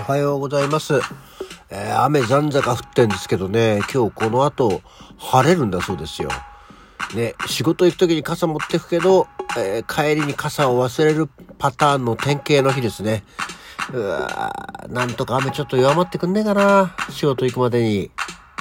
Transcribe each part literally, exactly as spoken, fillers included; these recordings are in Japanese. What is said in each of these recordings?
はようございます。えー、雨ざんざか降ってんですけどね、今日この後晴れるんだそうですよ。ね、仕事行く時に傘持ってくけど、えー、帰りに傘を忘れるパターンの典型の日ですね。うわー、なんとか雨ちょっと弱まってくんねえかな、仕事行くまでに。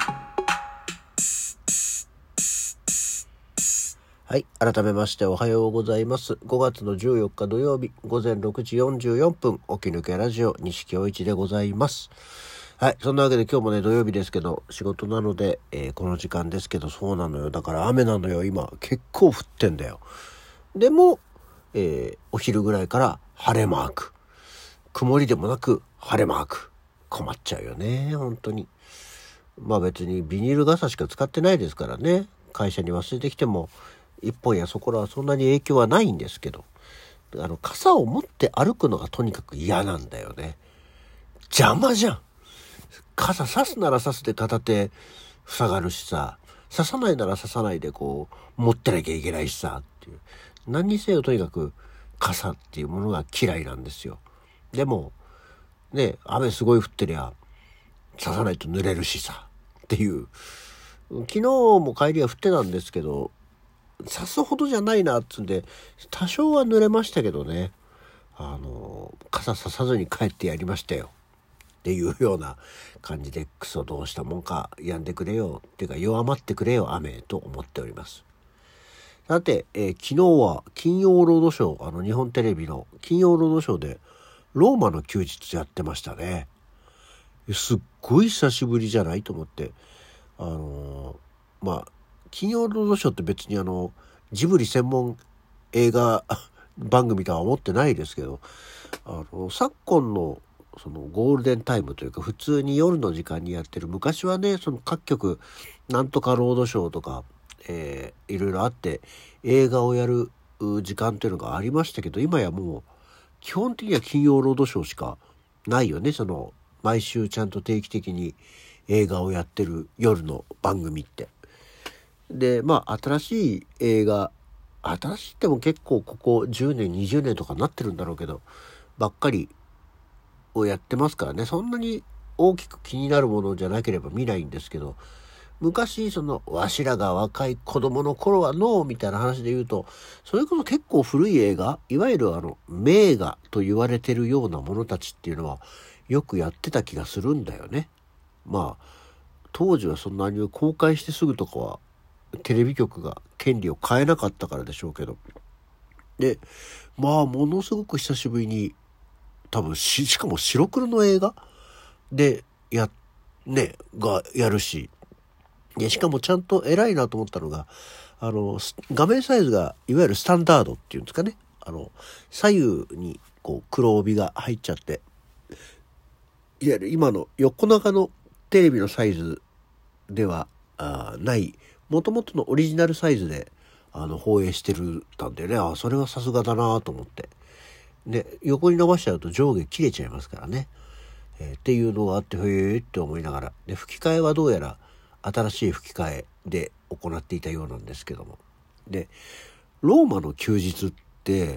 はい。改めましておはようございます。ごがつのじゅうよっか土曜日、午前ろくじよんじゅうよんぷん、起き抜けラジオ、西京一でございます。はい。そんなわけで今日もね、土曜日ですけど、仕事なので、えー、この時間ですけど、そうなのよ。だから雨なのよ、今。結構降ってんだよ。でも、えー、お昼ぐらいから晴れマーク。曇りでもなく晴れマーク。困っちゃうよね、本当に。まあ別にビニール傘しか使ってないですからね。会社に忘れてきても、一本やそこらはそんなに影響はないんですけど、あの傘を持って歩くのがとにかく嫌なんだよね。邪魔じゃん。傘差すなら差すで片手塞がるしさ、差さないなら差さないでこう持ってなきゃいけないしさっていう、何にせよとにかく傘っていうものが嫌いなんですよ。でもね、雨すごい降ってりゃ差さないと濡れるしさっていう。昨日も帰りは降ってたんですけど、差すほどじゃないなっつんで多少は濡れましたけどね、あの傘ささずに帰ってやりましたよっていうような感じで、クソどうしたもんか、止んでくれよっていうか弱まってくれよ雨と思っております。さて、えー、昨日は金曜ロードショー、あの日本テレビの金曜ロードショーでローマの休日やってましたね。すっごい久しぶりじゃないと思って、あのー、まあ金曜ロードショーって別にあのジブリ専門映画番組とは思ってないですけど、あの昨今のそのゴールデンタイムというか普通に夜の時間にやってる、昔はねその各局なんとかロードショーとか、えー、いろいろあって映画をやる時間というのがありましたけど、今やもう基本的には金曜ロードショーしかないよね。その毎週ちゃんと定期的に映画をやってる夜の番組って。でまあ新しい映画、新しいっても結構ここじゅうねんにじゅうねんとかなってるんだろうけどばっかりをやってますからね、そんなに大きく気になるものじゃなければ見ないんですけど、昔そのわしらが若い子供の頃はのみたいな話で言うと、それこそ結構古い映画、いわゆるあの名画と言われてるようなものたちっていうのはよくやってた気がするんだよね。まあ当時はそんなに公開してすぐとかはテレビ局が権利を変えなかったからでしょうけど、でまあものすごく久しぶりに多分 し, しかも白黒の映画でやねがやるし、でしかもちゃんと偉いなと思ったのが、あの画面サイズがいわゆるスタンダードっていうんですかね、あの左右にこう黒帯が入っちゃって、いわゆる今の横長のテレビのサイズではあない元々のオリジナルサイズであの放映してるたんでね、あそれはさすがだなと思って、で横に伸ばしちゃうと上下切れちゃいますからね、えー、っていうのがあって、へーって思いながら、で吹き替えはどうやら新しい吹き替えで行っていたようなんですけども、でローマの休日って、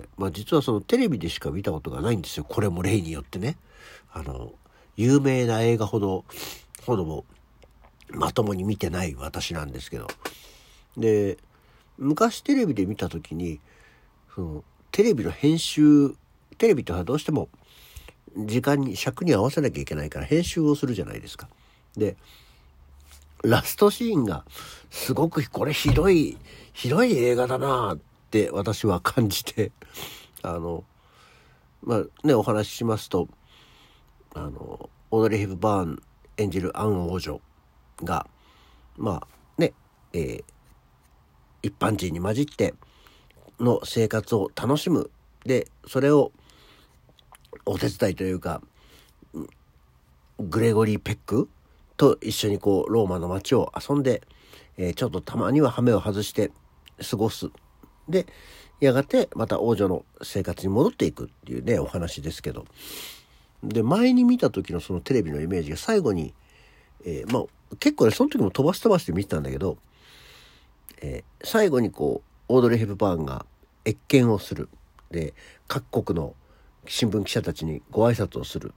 まあ、実はそのテレビでしか見たことがないんですよ。これも例によってね、あの有名な映画ほどほどもまともに見てない私なんですけど、で昔テレビで見た時にそのテレビの編集、テレビとはどうしても時間に尺に合わせなきゃいけないから編集をするじゃないですか。でラストシーンがすごくこれひどいひどい映画だなって私は感じて、あのまあねお話ししますと、あのオードリー・ヘプバーン演じるアン王女がまあね、えー、一般人に混じっての生活を楽しむ、でそれをお手伝いというかグレゴリー・ペックと一緒にこうローマの街を遊んで、えー、ちょっとたまには羽目を外して過ごす、でやがてまた王女の生活に戻っていくっていうねお話ですけど、で前に見た時のそのテレビのイメージが最後に、えー、まあ結構ねその時も飛ばし飛ばして見てたんだけど、えー、最後にこうオードリー・ヘプバーンが謁見をする、で各国の新聞記者たちにご挨拶をするっ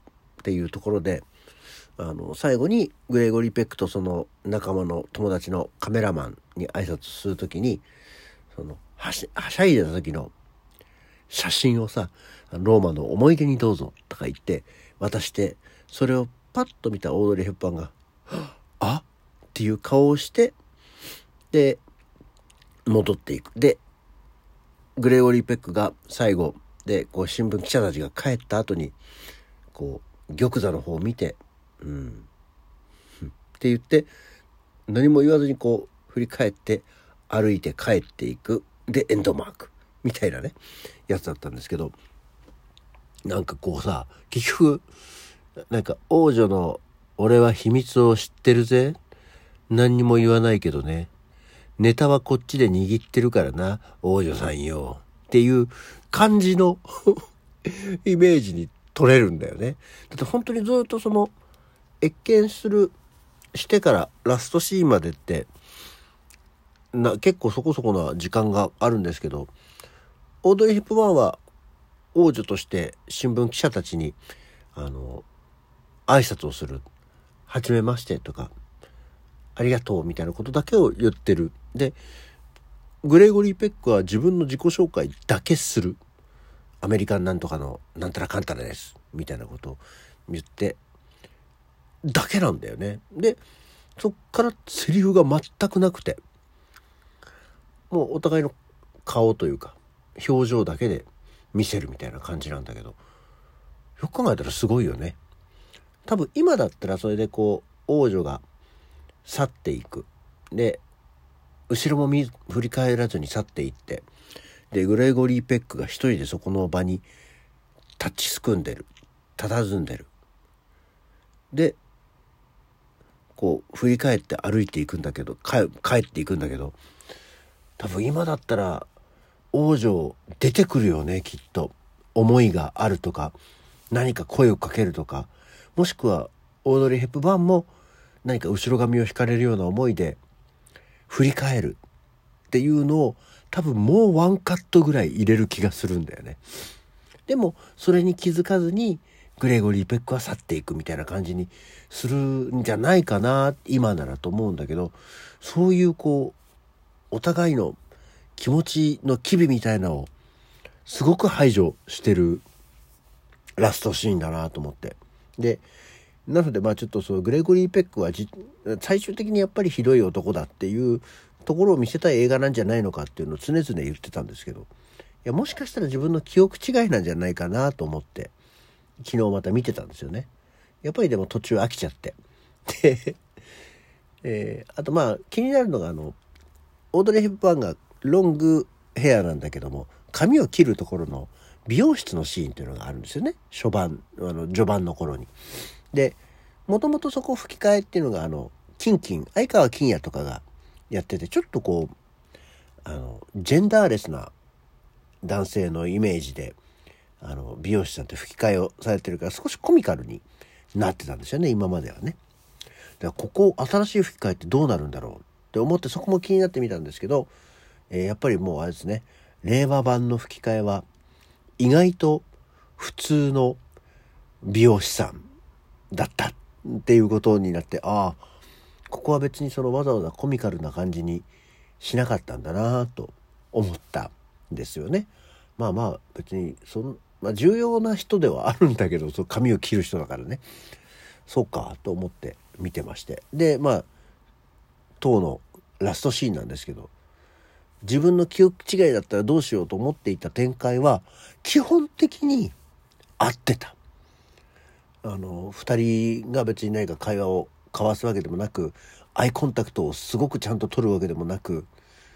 っていうところで、あの最後にグレゴリー・ペックとその仲間の友達のカメラマンに挨拶するときに、そのはしはしゃいでた時の写真をさ、ローマの思い出にどうぞとか言って渡して、それをパッと見たオードリー・ヘップバーンがあっていう顔をして、で戻っていく。でグレゴリー・ペックが最後でこう新聞記者たちが帰った後にこう玉座の方を見てうんって言って何も言わずにこう振り返って歩いて帰っていく。でエンドマークみたいなねやつだったんですけど、なんかこうさ、結局なんか王女の俺は秘密を知ってるぜ、何にも言わないけどね、ネタはこっちで握ってるからな王女さんよっていう感じのイメージに取れるんだよね。だって本当にずっとその謁見するしてからラストシーンまでってな結構そこそこな時間があるんですけど、オードリー・ヘップバーンは王女として新聞記者たちにあの挨拶をする、はじめましてとかありがとうみたいなことだけを言ってる。でグレゴリー・ペックは自分の自己紹介だけする、アメリカンなんとかのなんたらかんたらですみたいなことを言ってだけなんだよね。でそっからセリフが全くなくて、もうお互いの顔というか表情だけで見せるみたいな感じなんだけど、よく考えたらすごいよね。多分今だったらそれでこう王女が去っていく、で後ろも見振り返らずに去っていって、でグレゴリー・ペックが一人でそこの場に立ちすくんでる、佇んでる。でこう振り返って歩いていくんだけど、帰っていくんだけど、多分今だったら王女出てくるよね、きっと。思いがあるとか何か声をかけるとか、もしくはオードリー・ヘップバーンも何か後ろ髪を引かれるような思いで振り返るっていうのを多分もうワンカットぐらい入れる気がするんだよね。でもそれに気づかずにグレゴリー・ペックは去っていくみたいな感じにするんじゃないかな今ならと思うんだけど、そういうこうお互いの気持ちの機微みたいなのをすごく排除してるラストシーンだなと思って、でなのでまあちょっとそうグレゴリー・ペックはじ最終的にやっぱりひどい男だっていうところを見せたい映画なんじゃないのかっていうのを常々言ってたんですけど、いやもしかしたら自分の記憶違いなんじゃないかなと思って昨日また見てたんですよね。やっぱりでも途中飽きちゃってで、えー、あとまあ気になるのがあのオードリー・ヘップバーンがロングヘアなんだけども髪を切るところの美容室のシーンというのがあるんですよね、初版あの序盤の頃に。でもともとそこ吹き替えっていうのがあのキンキン相川金也とかがやってて、ちょっとこうあのジェンダーレスな男性のイメージであの美容師さんって吹き替えをされてるから少しコミカルになってたんですよね今まではね。だからここ新しい吹き替えってどうなるんだろうって思ってそこも気になってみたんですけど、えー、やっぱりもうあれですね、令和版の吹き替えは意外と普通の美容師さんだったっていうことになって、ああここは別にそのわざわざコミカルな感じにしなかったんだなと思ったんですよね。まあまあ別にその、まあ、重要な人ではあるんだけど、その髪を切る人だからね、そうかと思って見てまして、でまあ当のラストシーンなんですけど、自分の記憶違いだったらどうしようと思っていた展開は基本的に合ってた。あのふたりが別に何か会話を交わすわけでもなく、アイコンタクトをすごくちゃんと取るわけでもなく、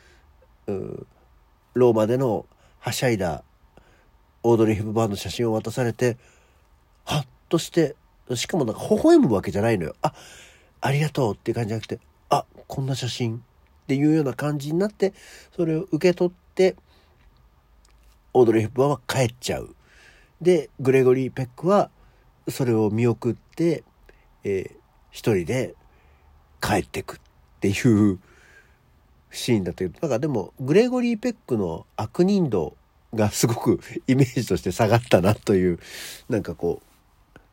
ローマでのはしゃいだオードリー・ヘップバーンの写真を渡されてハッとして、しかもなんか微笑むわけじゃないのよ。あ、ありがとうっていう感じじゃなくて、あ、こんな写真っていうような感じになって、それを受け取ってオードリー・ヘップバーンは帰っちゃう。でグレゴリー・ペックはそれを見送って、えー、一人で帰ってくっていうシーンだったけど、なんかでもグレゴリー・ペックの悪人度がすごくイメージとして下がったなという、なんかこう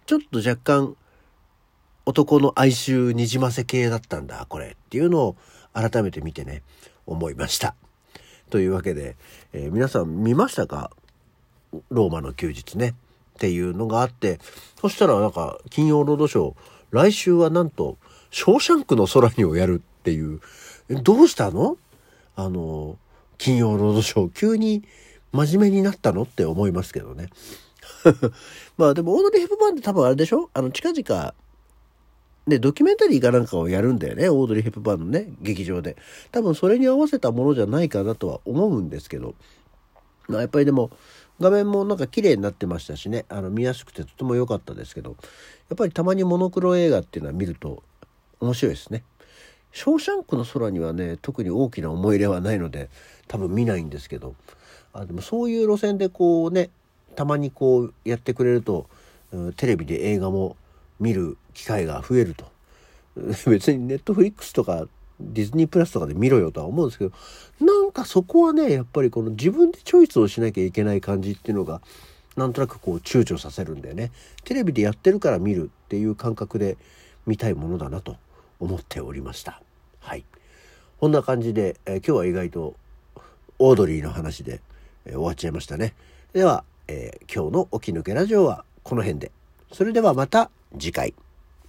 ちょっと若干男の哀愁にじませ系だったんだこれっていうのを改めて見てね思いました。というわけで、えー、皆さん見ましたか？ローマの休日ねっていうのがあって、そしたらなんか金曜ロードショー来週はなんとショーシャンクの空にをやるっていう、どうしたの？あの金曜ロードショー急に真面目になったのって思いますけどねまあでもオードリー・ヘプバーンって多分あれでしょ、あの近々ねドキュメンタリーかなんかをやるんだよね、オードリー・ヘプバーンのね劇場で。多分それに合わせたものじゃないかなとは思うんですけど、まあ、やっぱりでも画面もなんか綺麗になってましたしね、あの見やすくてとても良かったですけど、やっぱりたまにモノクロ映画っていうのは見ると面白いですね。ショーシャンクの空にはね特に大きな思い入れはないので多分見ないんですけど、あでもそういう路線でこうねたまにこうやってくれると、うん、テレビで映画も見る機会が増えると別にネットフリックスとかディズニープラスとかで見ろよとは思うんですけど、なんかそこはねやっぱりこの自分でチョイスをしなきゃいけない感じっていうのがなんとなくこう躊躇させるんだよね。テレビでやってるから見るっていう感覚で見たいものだなと思っておりました。はい、こんな感じで、えー、今日は意外とオードリーの話で、えー、終わっちゃいましたね。では、えー、今日の起き抜けラジオはこの辺で。それではまた次回。